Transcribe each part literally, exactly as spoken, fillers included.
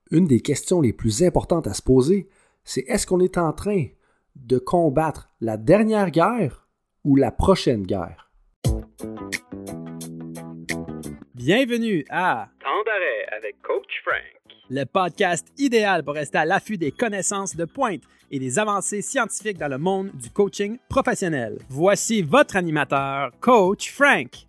Une des questions les plus importantes à se poser, c'est est-ce qu'on est en train de combattre la dernière guerre ou la prochaine guerre? Bienvenue à Temps d'arrêt avec Coach Frank, le podcast idéal pour rester à l'affût des connaissances de pointe et des avancées scientifiques dans le monde du coaching professionnel. Voici votre animateur, Coach Frank.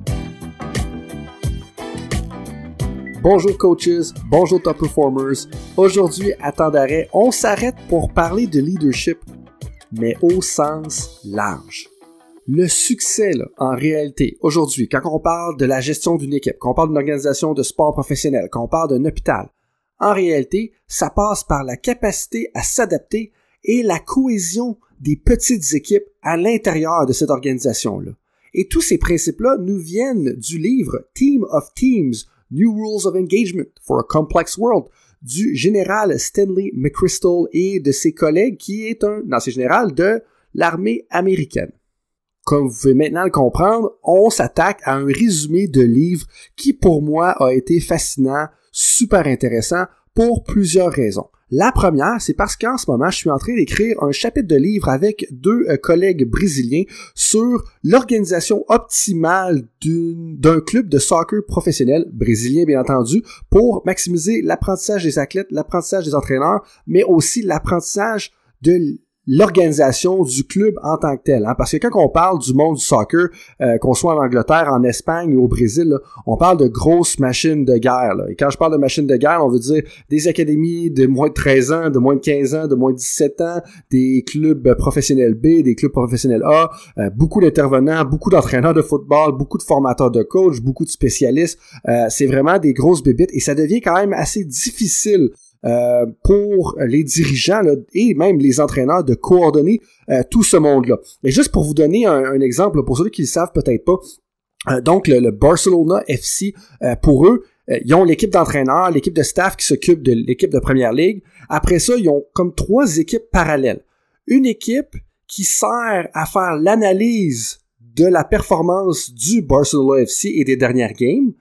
Bonjour coaches, bonjour top performers. Aujourd'hui, à Temps d'arrêt, on s'arrête pour parler de leadership, mais au sens large. Le succès, là, en réalité, aujourd'hui, quand on parle de la gestion d'une équipe, quand on parle d'une organisation de sport professionnel, quand on parle d'un hôpital, en réalité, ça passe par la capacité à s'adapter et la cohésion des petites équipes à l'intérieur de cette organisation-là. Et tous ces principes-là nous viennent du livre Team of Teams, New Rules of Engagement for a Complex World du général Stanley McChrystal et de ses collègues qui est un ancien général de l'armée américaine. Comme vous pouvez maintenant le comprendre, on s'attaque à un résumé de livre qui pour moi a été fascinant, super intéressant pour plusieurs raisons. La première, c'est parce qu'en ce moment, je suis en train d'écrire un chapitre de livre avec deux euh, collègues brésiliens sur l'organisation optimale d'une, d'un club de soccer professionnel, brésilien bien entendu, pour maximiser l'apprentissage des athlètes, l'apprentissage des entraîneurs, mais aussi l'apprentissage de l'organisation du club en tant que tel. Hein? Parce que quand on parle du monde du soccer, euh, qu'on soit en Angleterre, en Espagne ou au Brésil, là, on parle de grosses machines de guerre. Là. Et quand je parle de machines de guerre, on veut dire des académies de moins de treize ans, de moins de quinze ans, de moins de dix-sept ans, des clubs professionnels B, des clubs professionnels A, euh, beaucoup d'intervenants, beaucoup d'entraîneurs de football, beaucoup de formateurs de coach, beaucoup de spécialistes. Euh, c'est vraiment des grosses bébites et ça devient quand même assez difficile Euh, pour les dirigeants là, et même les entraîneurs de coordonner euh, tout ce monde-là. Et juste pour vous donner un, un exemple, là, pour ceux qui ne le savent peut-être pas, euh, donc le, le Barcelona F C, euh, pour eux, euh, ils ont l'équipe d'entraîneurs, l'équipe de staff qui s'occupe de l'équipe de première ligue. Après ça, ils ont comme trois équipes parallèles. Une équipe qui sert à faire l'analyse de la performance du Barcelona F C et des dernières games.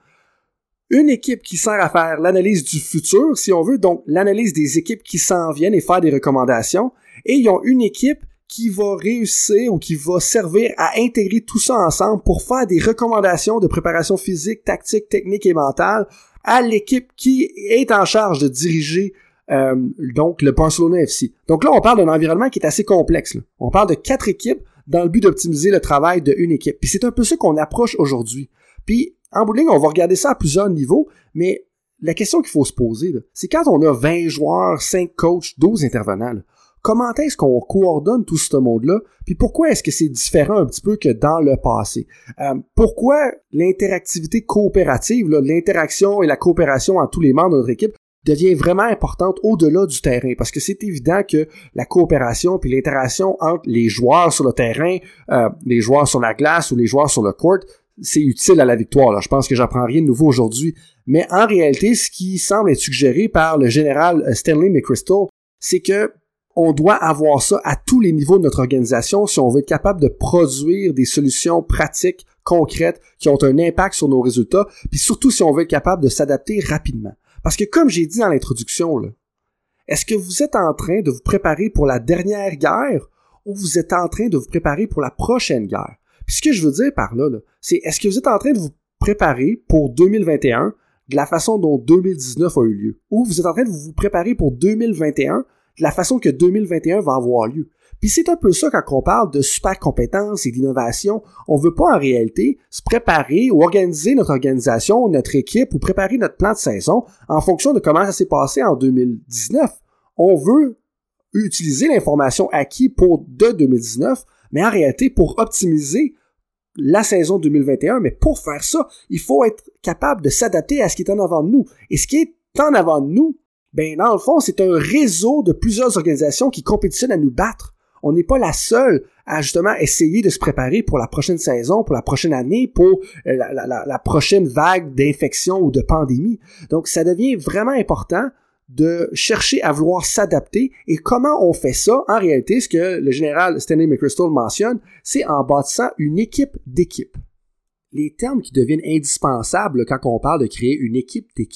Une équipe qui sert à faire l'analyse du futur, si on veut, donc l'analyse des équipes qui s'en viennent et faire des recommandations. Et ils ont une équipe qui va réussir ou qui va servir à intégrer tout ça ensemble pour faire des recommandations de préparation physique, tactique, technique et mentale à l'équipe qui est en charge de diriger euh, donc le Barcelona F C. Donc là, on parle d'un environnement qui est assez complexe. Là. On parle de quatre équipes dans le but d'optimiser le travail d'une équipe. Puis c'est un peu ça qu'on approche aujourd'hui. Puis en bout de ligne, on va regarder ça à plusieurs niveaux, mais la question qu'il faut se poser, là, c'est quand on a vingt joueurs, cinq coachs, douze intervenants, là, comment est-ce qu'on coordonne tout ce monde-là, puis pourquoi est-ce que c'est différent un petit peu que dans le passé? Euh, pourquoi l'interactivité coopérative, là, l'interaction et la coopération entre tous les membres de notre équipe devient vraiment importante au-delà du terrain? Parce que c'est évident que la coopération puis l'interaction entre les joueurs sur le terrain, euh, les joueurs sur la glace ou les joueurs sur le court, c'est utile à la victoire. Là. Je pense que j'apprends rien de nouveau aujourd'hui. Mais en réalité, ce qui semble être suggéré par le général Stanley McChrystal, c'est que on doit avoir ça à tous les niveaux de notre organisation si on veut être capable de produire des solutions pratiques, concrètes, qui ont un impact sur nos résultats, puis surtout si on veut être capable de s'adapter rapidement. Parce que comme j'ai dit dans l'introduction, là, est-ce que vous êtes en train de vous préparer pour la dernière guerre ou vous êtes en train de vous préparer pour la prochaine guerre? Puis ce que je veux dire par là, là, c'est est-ce que vous êtes en train de vous préparer pour deux mille vingt et un de la façon dont deux mille dix-neuf a eu lieu? Ou vous êtes en train de vous préparer pour deux mille vingt et un de la façon que deux mille vingt et un va avoir lieu? Puis c'est un peu ça quand on parle de super compétences et d'innovation. On veut pas en réalité se préparer ou organiser notre organisation, notre équipe ou préparer notre plan de saison en fonction de comment ça s'est passé en deux mille dix-neuf. On veut utiliser l'information acquise pour de deux mille dix-neuf, mais en réalité pour optimiser la saison deux mille vingt et un, mais pour faire ça, il faut être capable de s'adapter à ce qui est en avant de nous. Et ce qui est en avant de nous, ben dans le fond, c'est un réseau de plusieurs organisations qui compétitionnent à nous battre. On n'est pas la seule à justement essayer de se préparer pour la prochaine saison, pour la prochaine année, pour la, la, la prochaine vague d'infection ou de pandémie. Donc, ça devient vraiment important de chercher à vouloir s'adapter. Et comment on fait ça? En réalité, ce que le général Stanley McChrystal mentionne, c'est en bâtissant une équipe d'équipe. Les termes qui deviennent indispensables quand on parle de créer une équipe d'équipe,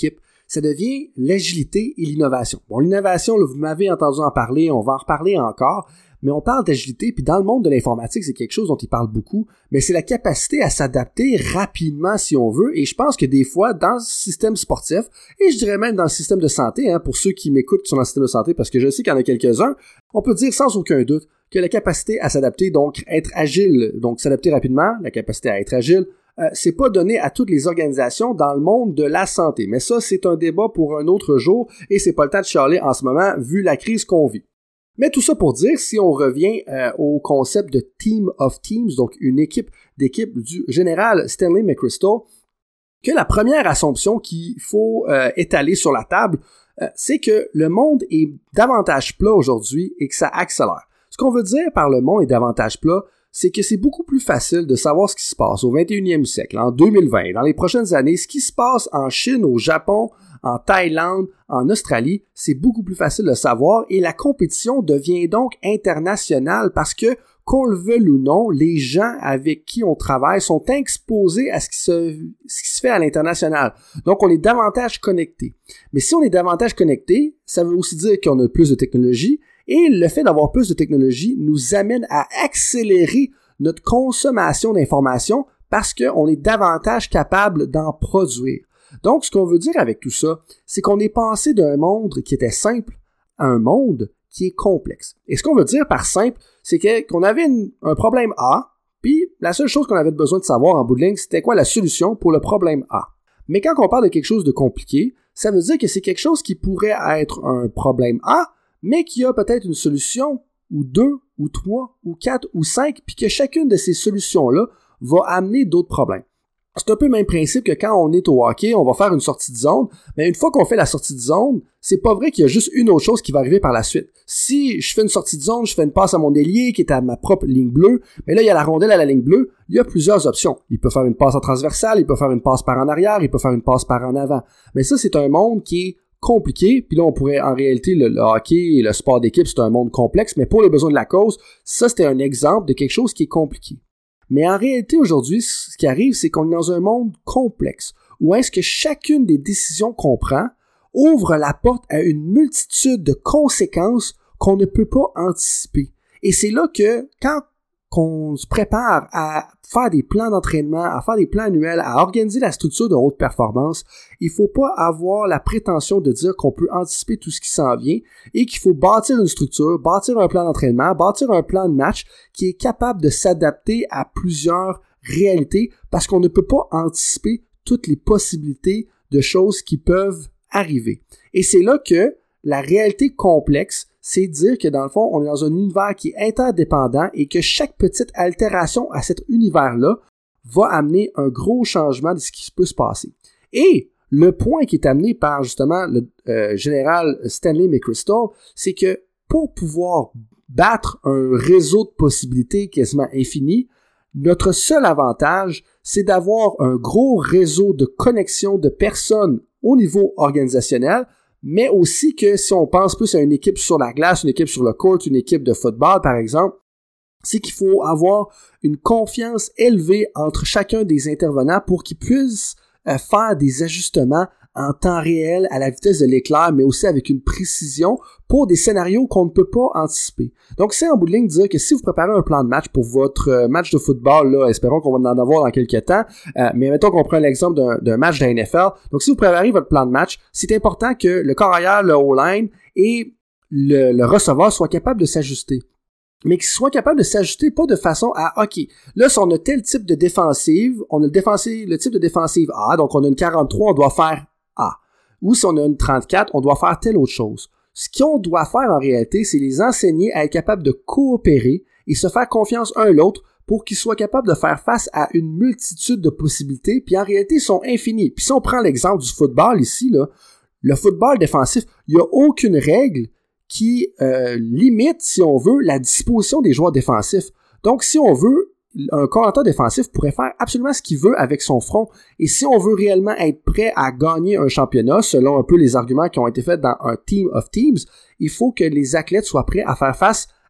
ça devient l'agilité et l'innovation. Bon, l'innovation, là, vous m'avez entendu en parler, on va en reparler encore, mais on parle d'agilité, puis dans le monde de l'informatique, c'est quelque chose dont il parle beaucoup, mais c'est la capacité à s'adapter rapidement si on veut, et je pense que des fois, dans le système sportif, et je dirais même dans le système de santé, hein, pour ceux qui m'écoutent qui sont dans le système de santé, parce que je sais qu'il y en a quelques-uns, on peut dire sans aucun doute que la capacité à s'adapter, donc être agile, donc s'adapter rapidement, la capacité à être agile, euh, c'est pas donné à toutes les organisations dans le monde de la santé. Mais ça, c'est un débat pour un autre jour, et c'est pas le temps de chialer en ce moment, vu la crise qu'on vit. Mais tout ça pour dire, si on revient euh, au concept de Team of Teams, donc une équipe d'équipe du général Stanley McChrystal, que la première assumption qu'il faut euh, étaler sur la table, euh, c'est que le monde est davantage plat aujourd'hui et que ça accélère. Ce qu'on veut dire par le monde est davantage plat, c'est que c'est beaucoup plus facile de savoir ce qui se passe au vingt et unième siècle, en deux mille vingt, dans les prochaines années, ce qui se passe en Chine, au Japon, en Thaïlande, en Australie, c'est beaucoup plus facile de savoir et la compétition devient donc internationale parce que, qu'on le veuille ou non, les gens avec qui on travaille sont exposés à ce qui se, ce qui se fait à l'international. Donc, on est davantage connectés. Mais si on est davantage connectés, ça veut aussi dire qu'on a plus de technologie et le fait d'avoir plus de technologie nous amène à accélérer notre consommation d'informations parce qu'on est davantage capable d'en produire. Donc, ce qu'on veut dire avec tout ça, c'est qu'on est passé d'un monde qui était simple à un monde qui est complexe. Et ce qu'on veut dire par simple, c'est que, qu'on avait une, un problème A, puis la seule chose qu'on avait besoin de savoir en bout de ligne, c'était quoi la solution pour le problème A. Mais quand on parle de quelque chose de compliqué, ça veut dire que c'est quelque chose qui pourrait être un problème A, mais qui a peut-être une solution, ou deux, ou trois, ou quatre, ou cinq, puis que chacune de ces solutions-là va amener d'autres problèmes. C'est un peu le même principe que quand on est au hockey, on va faire une sortie de zone, mais une fois qu'on fait la sortie de zone, c'est pas vrai qu'il y a juste une autre chose qui va arriver par la suite. Si je fais une sortie de zone, je fais une passe à mon ailier qui est à ma propre ligne bleue, mais là, il y a la rondelle à la ligne bleue, il y a plusieurs options. Il peut faire une passe en transversale, il peut faire une passe par en arrière, il peut faire une passe par en avant. Mais ça, c'est un monde qui est compliqué, puis là, on pourrait, en réalité, le, le hockey et le sport d'équipe, c'est un monde complexe, mais pour les besoins de la cause, ça, c'était un exemple de quelque chose qui est compliqué. Mais en réalité, aujourd'hui, ce qui arrive, c'est qu'on est dans un monde complexe, où est-ce que chacune des décisions qu'on prend ouvre la porte à une multitude de conséquences qu'on ne peut pas anticiper. Et c'est là que, quand on se prépare à faire des plans d'entraînement, à faire des plans annuels, à organiser la structure de haute performance, il faut pas avoir la prétention de dire qu'on peut anticiper tout ce qui s'en vient et qu'il faut bâtir une structure, bâtir un plan d'entraînement, bâtir un plan de match qui est capable de s'adapter à plusieurs réalités parce qu'on ne peut pas anticiper toutes les possibilités de choses qui peuvent arriver. Et c'est là que la réalité complexe, c'est dire que dans le fond, on est dans un univers qui est interdépendant et que chaque petite altération à cet univers-là va amener un gros changement de ce qui peut se passer. Et le point qui est amené par justement le euh, général Stanley McChrystal, c'est que pour pouvoir battre un réseau de possibilités quasiment infini, notre seul avantage, c'est d'avoir un gros réseau de connexion de personnes au niveau organisationnel, mais aussi que si on pense plus à une équipe sur la glace, une équipe sur le court, une équipe de football, par exemple, c'est qu'il faut avoir une confiance élevée entre chacun des intervenants pour qu'ils puissent euh, faire des ajustements en temps réel, à la vitesse de l'éclair, mais aussi avec une précision pour des scénarios qu'on ne peut pas anticiper. Donc, c'est en bout de ligne de dire que si vous préparez un plan de match pour votre euh, match de football, là, espérons qu'on va en avoir dans quelques temps, euh, mais mettons qu'on prend l'exemple d'un, d'un match de la N F L. Donc, si vous préparez votre plan de match, c'est important que le corps arrière, le O-line et le, le receveur soient capables de s'ajuster. Mais qu'ils soient capables de s'ajuster pas de façon à, OK, là, si on a tel type de défensive, on a le, défensive, le type de défensive A, donc on a une quarante-trois, on doit faire A. Ou si on a une trente-quatre, on doit faire telle autre chose. Ce qu'on doit faire en réalité, c'est les enseigner à être capables de coopérer et se faire confiance un l'autre pour qu'ils soient capables de faire face à une multitude de possibilités, puis en réalité, ils sont infinis. Puis si on prend l'exemple du football ici, là, le football défensif, il n'y a aucune règle qui euh, limite, si on veut, la disposition des joueurs défensifs. Donc, si on veut, un coordinateur défensif pourrait faire absolument ce qu'il veut avec son front. Et si on veut réellement être prêt à gagner un championnat, selon un peu les arguments qui ont été faits dans un Team of Teams, il faut que les athlètes soient prêts à faire face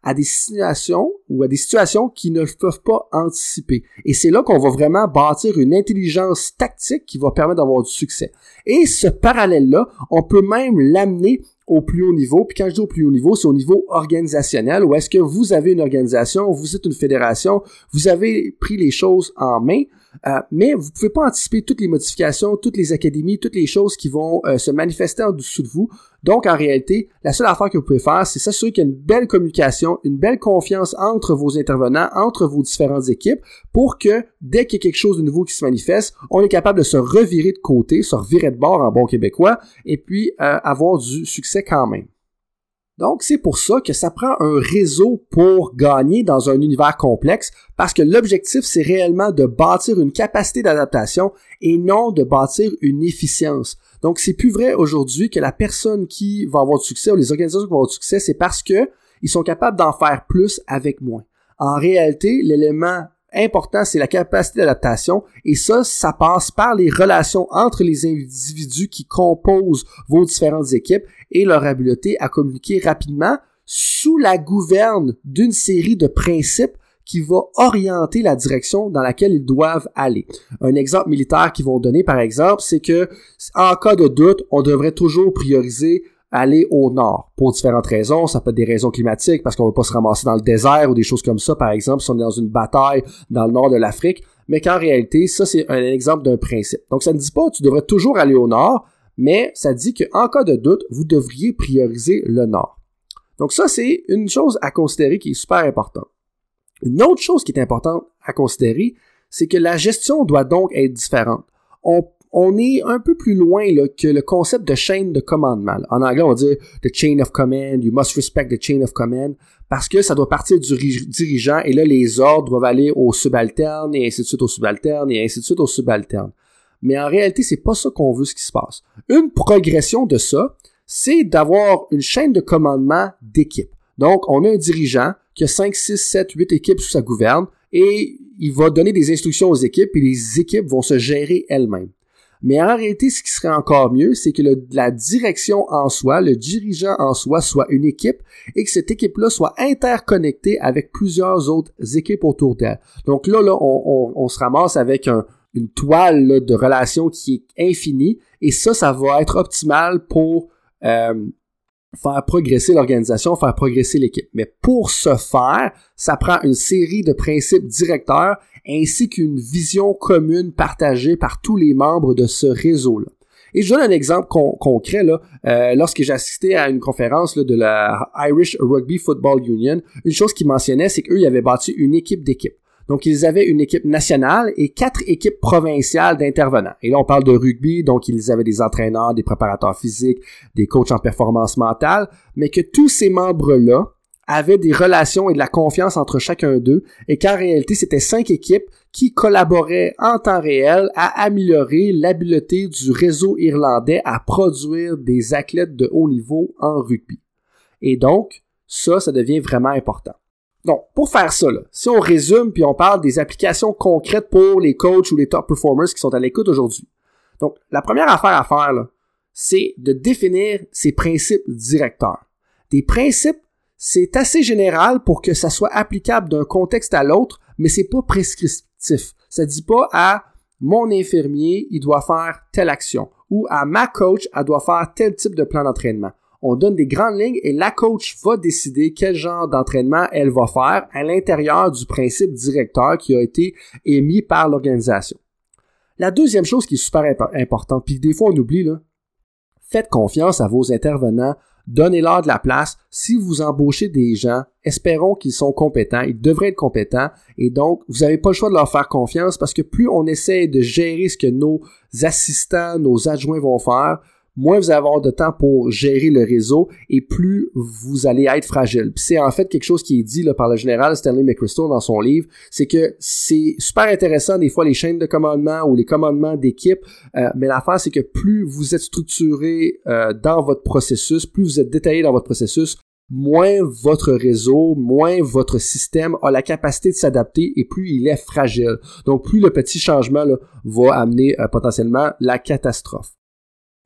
à des situations ou à des situations qu'ils ne peuvent pas anticiper. Et c'est là qu'on va vraiment bâtir une intelligence tactique qui va permettre d'avoir du succès. Et ce parallèle-là, on peut même l'amener au plus haut niveau. Puis quand je dis au plus haut niveau, c'est au niveau organisationnel, où est-ce que vous avez une organisation, vous êtes une fédération, vous avez pris les choses en main, euh, mais vous pouvez pas anticiper toutes les modifications, toutes les académies, toutes les choses qui vont euh, se manifester en dessous de vous. Donc, en réalité, la seule affaire que vous pouvez faire, c'est s'assurer qu'il y a une belle communication, une belle confiance entre vos intervenants, entre vos différentes équipes, pour que, dès qu'il y a quelque chose de nouveau qui se manifeste, on est capable de se revirer de côté, se revirer de bord en bon québécois, et puis euh, avoir du succès quand même. Donc, c'est pour ça que ça prend un réseau pour gagner dans un univers complexe, parce que l'objectif, c'est réellement de bâtir une capacité d'adaptation et non de bâtir une efficience. Donc, c'est plus vrai aujourd'hui que la personne qui va avoir du succès ou les organisations qui vont avoir du succès, c'est parce que ils sont capables d'en faire plus avec moins. En réalité, l'élément important, c'est la capacité d'adaptation, et ça, ça passe par les relations entre les individus qui composent vos différentes équipes et leur habileté à communiquer rapidement sous la gouverne d'une série de principes qui va orienter la direction dans laquelle ils doivent aller. Un exemple militaire qu'ils vont donner, par exemple, c'est que en cas de doute, on devrait toujours prioriser aller au nord pour différentes raisons. Ça peut être des raisons climatiques parce qu'on ne veut pas se ramasser dans le désert ou des choses comme ça, par exemple, si on est dans une bataille dans le nord de l'Afrique, mais qu'en réalité, ça, c'est un exemple d'un principe. Donc, ça ne dit pas que tu devrais toujours aller au nord, mais ça dit qu'en cas de doute, vous devriez prioriser le nord. Donc, ça, c'est une chose à considérer qui est super importante. Une autre chose qui est importante à considérer, c'est que la gestion doit donc être différente. On On est un peu plus loin là, que le concept de chaîne de commandement. En anglais, on va dire « the chain of command »,« you must respect the chain of command », parce que ça doit partir du dirigeant, et là, les ordres doivent aller aux subalternes, et ainsi de suite aux subalternes, et ainsi de suite aux subalternes. Mais en réalité, c'est pas ça qu'on veut ce qui se passe. Une progression de ça, c'est d'avoir une chaîne de commandement d'équipe. Donc, on a un dirigeant qui a cinq, six, sept, huit équipes sous sa gouverne, et il va donner des instructions aux équipes, et les équipes vont se gérer elles-mêmes. Mais en réalité, ce qui serait encore mieux, c'est que le, la direction en soi, le dirigeant en soi, soit une équipe et que cette équipe-là soit interconnectée avec plusieurs autres équipes autour d'elle. Donc là, là, on, on, on se ramasse avec un, une toile là, de relations qui est infinie, et ça, ça va être optimal pour euh, faire progresser l'organisation, faire progresser l'équipe. Mais pour ce faire, ça prend une série de principes directeurs ainsi qu'une vision commune partagée par tous les membres de ce réseau-là. Et je donne un exemple con- concret. Là, euh, lorsque j'ai assisté à une conférence là, de la Irish Rugby Football Union, une chose qu'ils mentionnaient, c'est qu'eux, ils avaient bâti une équipe d'équipes. Donc, ils avaient une équipe nationale et quatre équipes provinciales d'intervenants. Et là, on parle de rugby, donc ils avaient des entraîneurs, des préparateurs physiques, des coachs en performance mentale, mais que tous ces membres-là avaient des relations et de la confiance entre chacun d'eux, et qu'en réalité, c'était cinq équipes qui collaboraient en temps réel à améliorer l'habileté du réseau irlandais à produire des athlètes de haut niveau en rugby. Et donc, ça, ça devient vraiment important. Donc, pour faire ça, là, si on résume puis on parle des applications concrètes pour les coachs ou les top performers qui sont à l'écoute aujourd'hui. Donc, la première affaire à faire, là, c'est de définir ces principes directeurs. Des principes, c'est assez général pour que ça soit applicable d'un contexte à l'autre, mais c'est pas prescriptif. Ça dit pas à mon infirmier, il doit faire telle action, ou à ma coach, elle doit faire tel type de plan d'entraînement. On donne des grandes lignes et la coach va décider quel genre d'entraînement elle va faire à l'intérieur du principe directeur qui a été émis par l'organisation. La deuxième chose qui est super imp- importante, puis des fois on oublie, là, faites confiance à vos intervenants, donnez-leur de la place. Si vous embauchez des gens, espérons qu'ils sont compétents, ils devraient être compétents, et donc vous n'avez pas le choix de leur faire confiance parce que plus on essaie de gérer ce que nos assistants, nos adjoints vont faire, moins vous allez avoir de temps pour gérer le réseau et plus vous allez être fragile. Puis c'est en fait quelque chose qui est dit là, par le général Stanley McChrystal dans son livre, c'est que c'est super intéressant des fois les chaînes de commandement ou les commandements d'équipe, euh, mais l'affaire c'est que plus vous êtes structuré euh, dans votre processus, plus vous êtes détaillé dans votre processus, moins votre réseau, moins votre système a la capacité de s'adapter et plus il est fragile. Donc plus le petit changement là, va amener euh, potentiellement la catastrophe.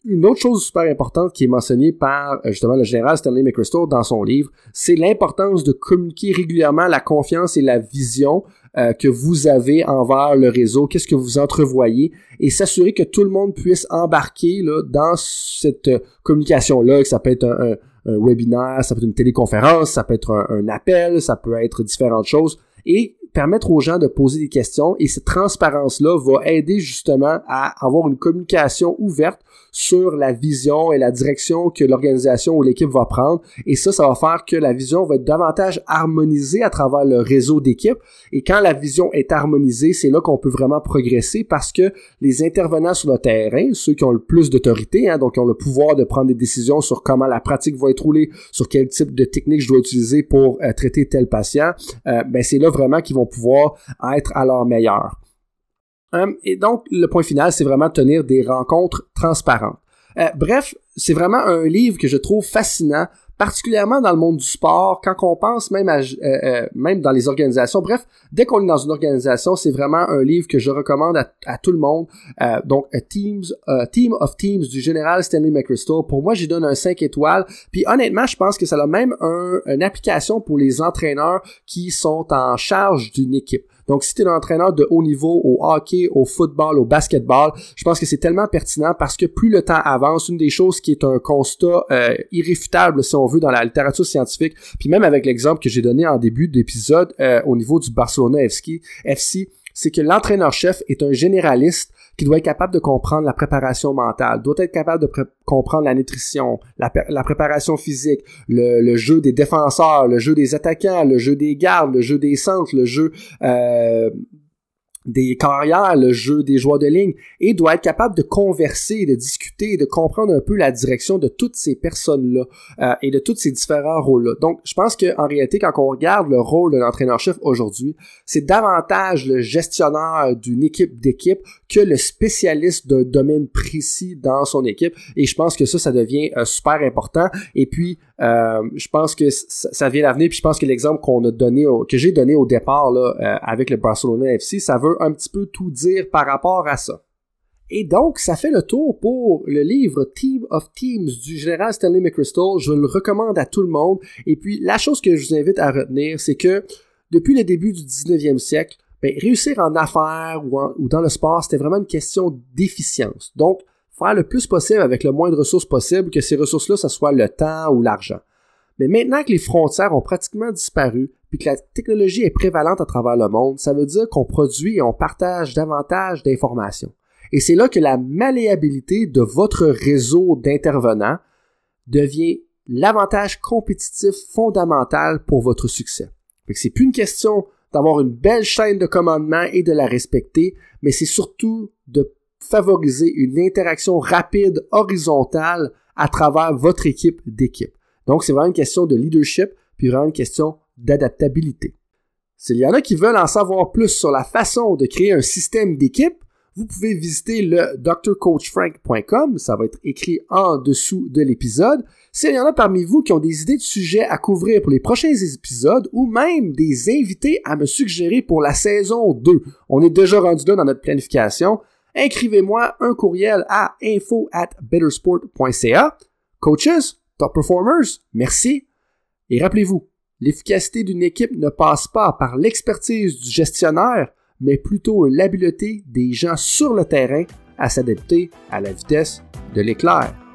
une autre chose super importante qui est mentionnée par justement le général Stanley McChrystal dans son livre, c'est l'importance de communiquer régulièrement la confiance et la vision euh, que vous avez envers le réseau, qu'est-ce que vous entrevoyez, et s'assurer que tout le monde puisse embarquer là, dans cette communication-là, que ça peut être un, un, un webinaire, ça peut être une téléconférence, ça peut être un, un appel, ça peut être différentes choses, et permettre aux gens de poser des questions, et cette transparence-là va aider justement à avoir une communication ouverte sur la vision et la direction que l'organisation ou l'équipe va prendre, et ça, ça va faire que la vision va être davantage harmonisée à travers le réseau d'équipe, et quand la vision est harmonisée, c'est là qu'on peut vraiment progresser parce que les intervenants sur le terrain, ceux qui ont le plus d'autorité, hein, donc qui ont le pouvoir de prendre des décisions sur comment la pratique va être roulée, sur quel type de technique je dois utiliser pour euh, traiter tel patient, euh, ben c'est là vraiment qu'ils vont pouvoir être à leur meilleur. Um, et donc, le point final, c'est vraiment tenir des rencontres transparentes. Euh, bref, c'est vraiment un livre que je trouve fascinant, particulièrement dans le monde du sport, quand on pense même à, euh, euh, même dans les organisations. Bref, dès qu'on est dans une organisation, c'est vraiment un livre que je recommande à, à tout le monde. Euh, donc, a Teams, uh, Team of Teams du général Stanley McChrystal. Pour moi, j'y donne un cinq étoiles. Puis honnêtement, je pense que ça a même un, une application pour les entraîneurs qui sont en charge d'une équipe. Donc, si tu es un entraîneur de haut niveau au hockey, au football, au basketball, je pense que c'est tellement pertinent parce que plus le temps avance, une des choses qui est un constat euh, irréfutable, si on veut, dans la littérature scientifique, puis même avec l'exemple que j'ai donné en début d'épisode euh, au niveau du Barcelona F C, c'est que l'entraîneur-chef est un généraliste qui doit être capable de comprendre la préparation mentale, doit être capable de pré- comprendre la nutrition, la, la préparation physique, le, le jeu des défenseurs, le jeu des attaquants, le jeu des gardes, le jeu des centres, le jeu euh, des carrières, le jeu des joueurs de ligne, et doit être capable de converser, de discuter, de comprendre un peu la direction de toutes ces personnes-là euh, et de tous ces différents rôles-là. Donc, je pense qu'en réalité, quand on regarde le rôle de l'entraîneur-chef aujourd'hui, c'est davantage le gestionnaire d'une équipe d'équipe que le spécialiste d'un domaine précis dans son équipe, et je pense que ça, ça devient euh, super important, et puis euh, je pense que ça, ça vient d'avenir, puis je pense que l'exemple qu'on a donné, au, que j'ai donné au départ là, euh, avec le Barcelona F C, ça veut un petit peu tout dire par rapport à ça. Et donc, ça fait le tour pour le livre Team of Teams du général Stanley McChrystal. Je le recommande à tout le monde. Et puis, la chose que je vous invite à retenir, c'est que depuis le début du dix-neuvième siècle, ben, réussir en affaires ou, en, ou dans le sport, c'était vraiment une question d'efficience. Donc, faire le plus possible avec le moins de ressources possible, que ces ressources-là, ce soit le temps ou l'argent. Mais maintenant que les frontières ont pratiquement disparu, puis que la technologie est prévalente à travers le monde, ça veut dire qu'on produit et on partage davantage d'informations. Et c'est là que la malléabilité de votre réseau d'intervenants devient l'avantage compétitif fondamental pour votre succès. Fait que c'est plus une question d'avoir une belle chaîne de commandement et de la respecter, mais c'est surtout de favoriser une interaction rapide, horizontale à travers votre équipe d'équipe. Donc, c'est vraiment une question de leadership, puis vraiment une question d'adaptabilité. S'il y en a qui veulent en savoir plus sur la façon de créer un système d'équipe, vous pouvez visiter le d r coach frank point com, ça va être écrit en dessous de l'épisode. S'il y en a parmi vous qui ont des idées de sujets à couvrir pour les prochains épisodes ou même des invités à me suggérer pour la saison deux, on est déjà rendu là dans notre planification, écrivez-moi un courriel à info at bettersport point c a. Coaches, top performers, merci. Et rappelez-vous, l'efficacité d'une équipe ne passe pas par l'expertise du gestionnaire, mais plutôt l'habileté des gens sur le terrain à s'adapter à la vitesse de l'éclair.